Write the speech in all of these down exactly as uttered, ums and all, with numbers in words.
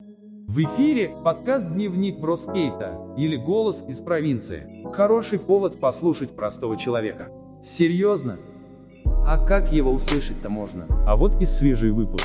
В эфире подкаст «Дневник Броскейта» или «Голос из провинции». Хороший повод послушать простого человека. Серьезно? А как его услышать-то можно? А вот и свежий выпуск.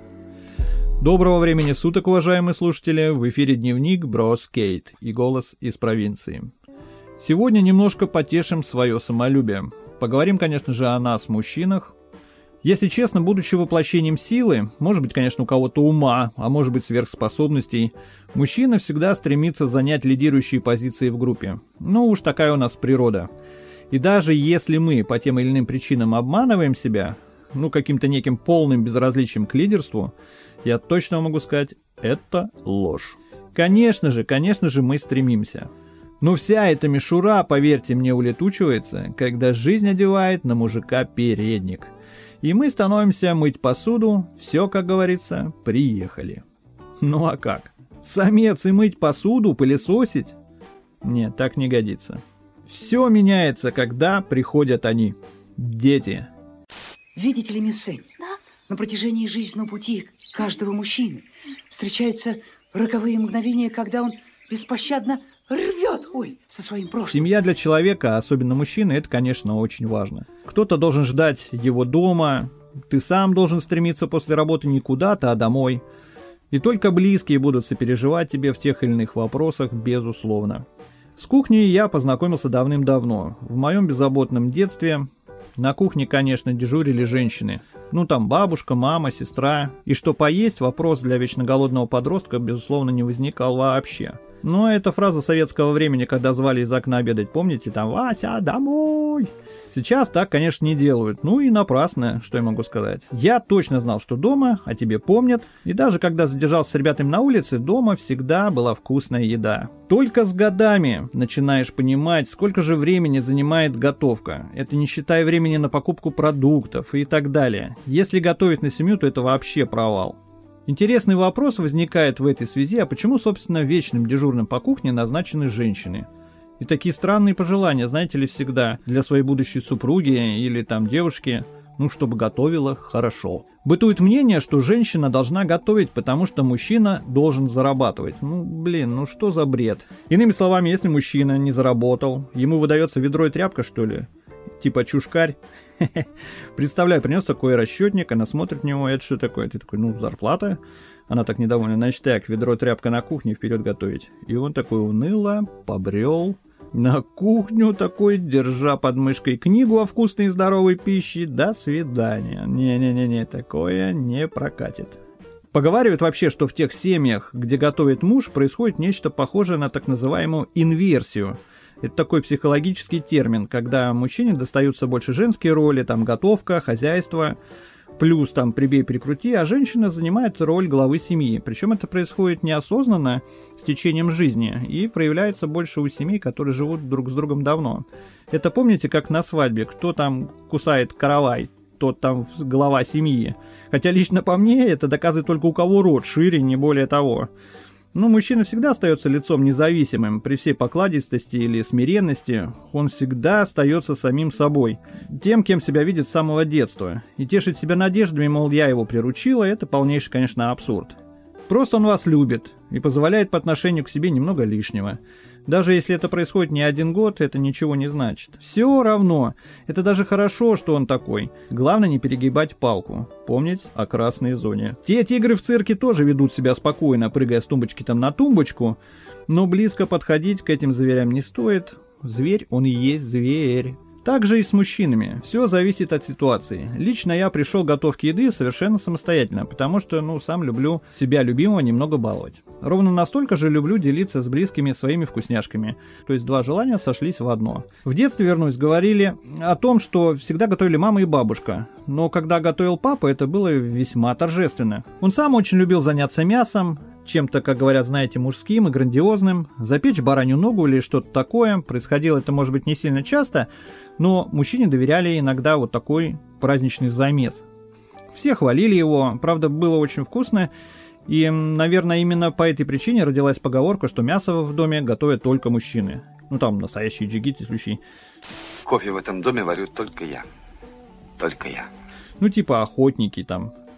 Доброго времени суток, уважаемые слушатели! В эфире «Дневник Броскейт» и «Голос из провинции». Сегодня немножко потешим свое самолюбие. Поговорим, конечно же, о нас, мужчинах. Если честно, будучи воплощением силы, может быть, конечно, у кого-то ума, а может быть, сверхспособностей, мужчина всегда стремится занять лидирующие позиции в группе. Ну уж такая у нас природа. И даже если мы по тем или иным причинам обманываем себя, ну каким-то неким полным безразличием к лидерству, я точно могу сказать, это ложь. Конечно же, конечно же, мы стремимся. Но вся эта мишура, поверьте мне, улетучивается, когда жизнь одевает на мужика передник. И мы становимся мыть посуду, все, как говорится, приехали. Ну а как? Самец и мыть посуду, пылесосить? Нет, так не годится. Все меняется, когда приходят они, дети. Видите ли, мисс Сэнь, да? На протяжении жизненного пути каждого мужчины встречаются роковые мгновения, когда он беспощадно рвет, ой, со своим прошлым. Семья для человека, особенно мужчины, это, конечно, очень важно. Кто-то должен ждать его дома, ты сам должен стремиться после работы не куда-то, а домой. И только близкие будут сопереживать тебе в тех или иных вопросах, безусловно. С кухней я познакомился давным-давно. В моем беззаботном детстве на кухне, конечно, дежурили женщины. Ну там бабушка, мама, сестра. И что поесть, вопрос для вечно голодного подростка, безусловно, не возникал вообще. Но это фраза советского времени, когда звали из окна обедать, помните, там «Вася, домой!». Сейчас так, конечно, не делают, ну и напрасно, что я могу сказать. Я точно знал, что дома, о тебе помнят, и даже когда задержался с ребятами на улице, дома всегда была вкусная еда. Только с годами начинаешь понимать, сколько же времени занимает готовка. Это не считая времени на покупку продуктов и так далее. Если готовить на семью, то это вообще провал. Интересный вопрос возникает в этой связи, а почему, собственно, вечным дежурным по кухне назначены женщины? И такие странные пожелания, знаете ли, всегда для своей будущей супруги или там девушки, ну, чтобы готовила хорошо. Бытует мнение, что женщина должна готовить, потому что мужчина должен зарабатывать. Ну, блин, ну что за бред? Иными словами, если мужчина не заработал, ему выдается ведро и тряпка, что ли? Типа чушкарь. Представляю, принес такой расчетник, она смотрит в него, это что такое? Ты такой, ну, зарплата. Она так недовольна. Значит, так, ведро, тряпка на кухне, вперед готовить. И он такой уныло побрел на кухню, такой, держа под мышкой книгу о вкусной и здоровой пище. До свидания. Не-не-не-не, такое не прокатит. Поговаривают вообще, что в тех семьях, где готовит муж, происходит нечто похожее на так называемую инверсию. Это такой психологический термин, когда мужчине достаются больше женские роли, там готовка, хозяйство, плюс там прибей-прикрути, а женщина занимает роль главы семьи. Причем это происходит неосознанно с течением жизни и проявляется больше у семей, которые живут друг с другом давно. Это помните, как на свадьбе, кто там кусает каравай, тот там глава семьи. Хотя лично по мне это доказывает только у кого рот шире, не более того. Но мужчина всегда остается лицом независимым, при всей покладистости или смиренности, он всегда остается самим собой, тем, кем себя видит с самого детства. И тешить себя надеждами, мол, я его приручила, это полнейший, конечно, абсурд. Просто он вас любит и позволяет по отношению к себе немного лишнего. Даже если это происходит не один год, это ничего не значит. Все равно. Это даже хорошо, что он такой. Главное не перегибать палку. Помнить о красной зоне. Те тигры в цирке тоже ведут себя спокойно, прыгая с тумбочки там на тумбочку. Но близко подходить к этим зверям не стоит. Зверь, он и есть зверь. Так же и с мужчинами. Все зависит от ситуации. Лично я пришел к готовке еды совершенно самостоятельно, потому что, ну, сам люблю себя любимого немного баловать. Ровно настолько же люблю делиться с близкими своими вкусняшками. То есть два желания сошлись в одно. В детстве, вернусь, говорили о том, что всегда готовили мама и бабушка. Но когда готовил папа, это было весьма торжественно. Он сам очень любил заняться мясом, чем-то, как говорят, знаете, мужским и грандиозным, запечь баранью ногу или что-то такое. Происходило это, может быть, не сильно часто, но мужчине доверяли иногда вот такой праздничный замес. Все хвалили его, правда, было очень вкусно, и, наверное, именно по этой причине родилась поговорка, что мясо в доме готовят только мужчины. Ну, там, настоящие джигиты, случаи. Кофе в этом доме варю только я. Только я. Ну, типа охотники там.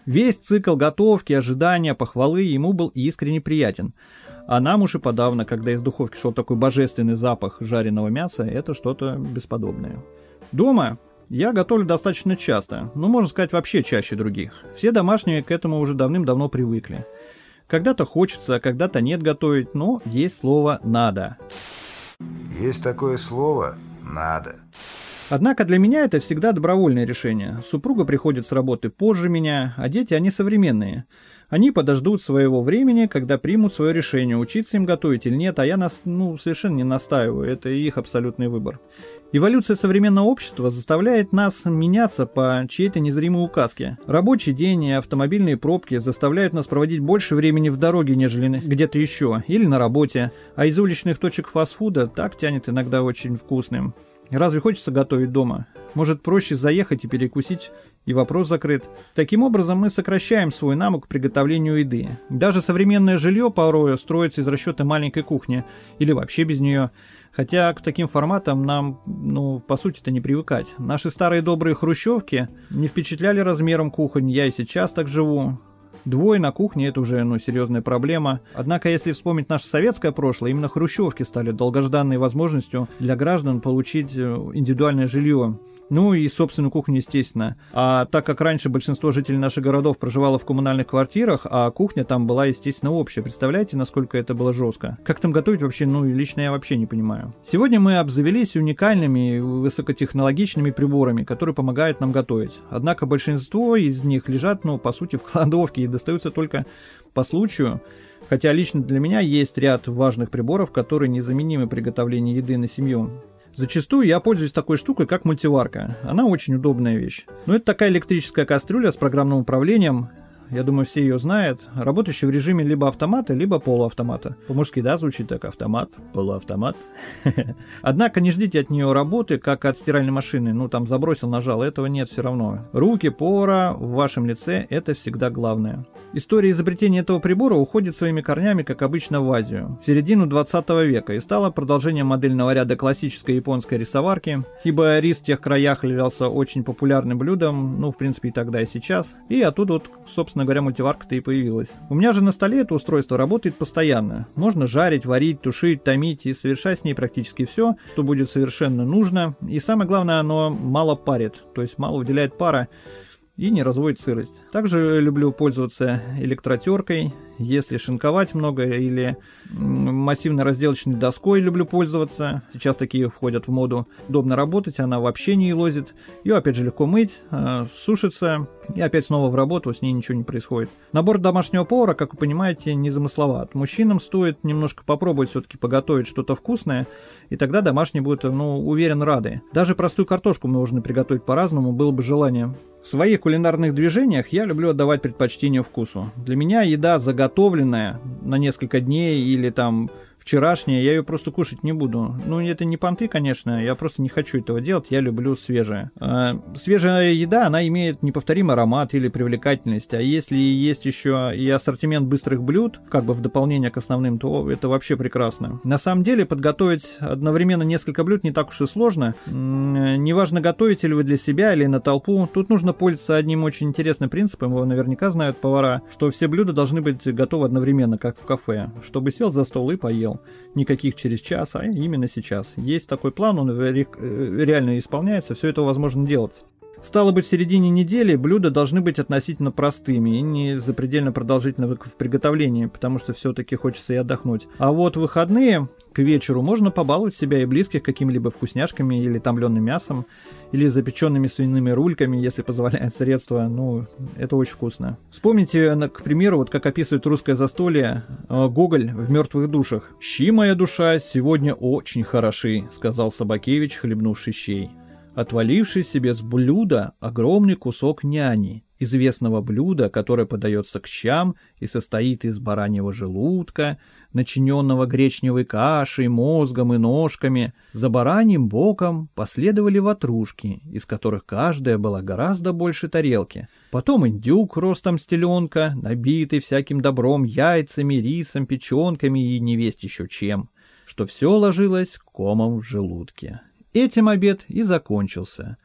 Весь цикл готовки, ожидания, похвалы ему был искренне приятен. А нам уж и подавно, когда из духовки шел такой божественный запах жареного мяса, это что-то бесподобное. Дома я готовлю достаточно часто, ну, можно сказать, вообще чаще других. Все домашние к этому уже давным-давно привыкли. Когда-то хочется, а когда-то нет готовить, но есть слово «надо». Есть такое слово «надо». Однако для меня это всегда добровольное решение. Супруга приходит с работы позже меня, а дети, они современные. Они подождут своего времени, когда примут свое решение, учиться им готовить или нет, а я нас, ну, совершенно не настаиваю, это их абсолютный выбор. Эволюция современного общества заставляет нас меняться по чьей-то незримой указке. Рабочий день и автомобильные пробки заставляют нас проводить больше времени в дороге, нежели где-то еще, или на работе, а из уличных точек фастфуда так тянет иногда очень вкусным. Разве хочется готовить дома? Может, проще заехать и перекусить, и вопрос закрыт. Таким образом, мы сокращаем свой навык к приготовлению еды. Даже современное жилье порою строится из расчета маленькой кухни, или вообще без нее. Хотя к таким форматам нам, ну, по сути-то не привыкать. Наши старые добрые хрущевки не впечатляли размером кухонь, я и сейчас так живу. Двое на кухне – это уже, ну, серьезная проблема. Однако, если вспомнить наше советское прошлое, именно хрущевки стали долгожданной возможностью для граждан получить индивидуальное жилье. Ну и собственную кухню, естественно. А так как раньше большинство жителей наших городов проживало в коммунальных квартирах, а кухня там была, естественно, общая. Представляете, насколько это было жестко? Как там готовить вообще, ну, лично я вообще не понимаю. Сегодня мы обзавелись уникальными высокотехнологичными приборами, которые помогают нам готовить. Однако большинство из них лежат, ну, по сути, в кладовке и достаются только по случаю. Хотя лично для меня есть ряд важных приборов, которые незаменимы при готовлении еды на семью. Зачастую я пользуюсь такой штукой, как мультиварка. Она очень удобная вещь. Но это такая электрическая кастрюля с программным управлением. Я думаю, все ее знают. Работающая в режиме либо автомата, либо полуавтомата. По-мужски, да, звучит так: автомат, полуавтомат. Однако не ждите от нее работы, как от стиральной машины. Ну, там забросил, нажал, этого нет все равно. Руки повара в вашем лице – это всегда главное. История изобретения этого прибора уходит своими корнями, как обычно, в Азию, в середину двадцатого века, и стала продолжением модельного ряда классической японской рисоварки, ибо рис в тех краях являлся очень популярным блюдом, ну, в принципе, и тогда, и сейчас, и оттуда вот, собственно говоря, мультиварка-то и появилась. У меня же на столе это устройство работает постоянно. Можно жарить, варить, тушить, томить и совершать с ней практически все, что будет совершенно нужно, и самое главное, оно мало парит, то есть мало выделяет пара, и не разводит сырость. Также люблю пользоваться электротеркой. Если шинковать много или массивной разделочной доской люблю пользоваться. Сейчас такие входят в моду. Удобно работать, она вообще не елозит. Ее опять же легко мыть, э, сушится. И опять снова в работу, с ней ничего не происходит. Набор домашнего повара, как вы понимаете, незамысловат. Мужчинам стоит немножко попробовать все-таки поготовить что-то вкусное. И тогда домашние будут, ну, уверен, рады. Даже простую картошку можно приготовить по-разному, было бы желание. В своих кулинарных движениях я люблю отдавать предпочтение вкусу. Для меня еда заготовленная на несколько дней или там вчерашняя, я ее просто кушать не буду. Ну, это не понты, конечно, я просто не хочу этого делать, я люблю свежее. А, свежая еда, она имеет неповторимый аромат или привлекательность, а если есть еще и ассортимент быстрых блюд, как бы в дополнение к основным, то это вообще прекрасно. На самом деле, подготовить одновременно несколько блюд не так уж и сложно. Неважно, готовите ли вы для себя или на толпу, тут нужно пользоваться одним очень интересным принципом, его наверняка знают повара, что все блюда должны быть готовы одновременно, как в кафе, чтобы сел за стол и поел. Никаких через час, а именно сейчас. Есть такой план, он реально исполняется, все это возможно делать. Стало быть, в середине недели блюда должны быть относительно простыми и не запредельно продолжительны в приготовлении, потому что все-таки хочется и отдохнуть. А вот в выходные к вечеру можно побаловать себя и близких какими-либо вкусняшками или томленым мясом, или запеченными свиными рульками, если позволяет средства. Ну, это очень вкусно. Вспомните, к примеру, вот как описывает русское застолье Гоголь в «Мертвых душах». «Щи, моя душа, сегодня очень хороши», — сказал Собакевич, хлебнувший щей, отваливший себе с блюда огромный кусок няни, известного блюда, которое подается к щам и состоит из бараньего желудка, начиненного гречневой кашей, мозгом и ножками. За бараньим боком последовали ватрушки, из которых каждая была гораздо больше тарелки. Потом индюк ростом с теленка, набитый всяким добром, яйцами, рисом, печенками и невесть еще чем, что все ложилось комом в желудке. Этим обед и закончился.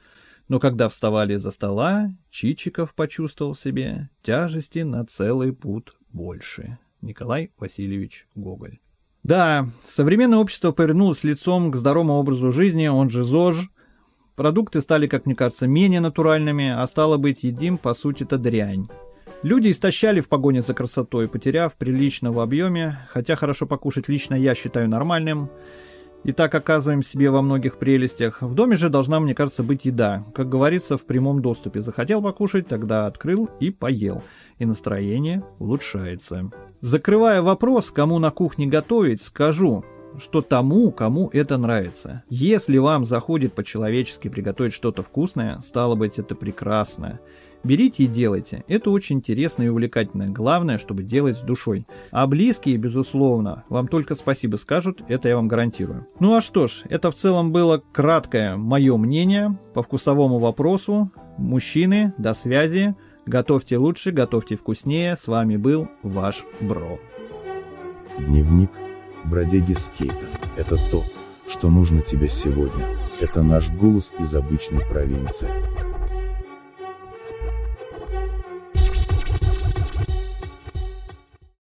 Но когда вставали из-за стола, Чичиков почувствовал в себе тяжести на целый пуд больше. Николай Васильевич Гоголь. Да, современное общество повернулось лицом к здоровому образу жизни, он же ЗОЖ. Продукты стали, как мне кажется, менее натуральными, а стало быть, едим, по сути-то, дрянь. Люди истощали в погоне за красотой, потеряв прилично в объеме, хотя хорошо покушать лично я считаю нормальным. И так оказываем себе во многих прелестях. В доме же должна, мне кажется, быть еда. Как говорится, в прямом доступе. Захотел покушать, тогда открыл и поел. И настроение улучшается. Закрывая вопрос, кому на кухне готовить, скажу, что тому, кому это нравится. Если вам заходит по-человечески приготовить что-то вкусное, стало быть, это прекрасно. Берите и делайте. Это очень интересно и увлекательно. Главное, чтобы делать с душой. А близкие, безусловно, вам только спасибо скажут, это я вам гарантирую. Ну а что ж, это в целом было краткое мое мнение по вкусовому вопросу. Мужчины, до связи. Готовьте лучше, готовьте вкуснее. С вами был ваш Бро. Дневник бродяги скейта. Это то, что нужно тебе сегодня. Это наш голос из обычной провинции.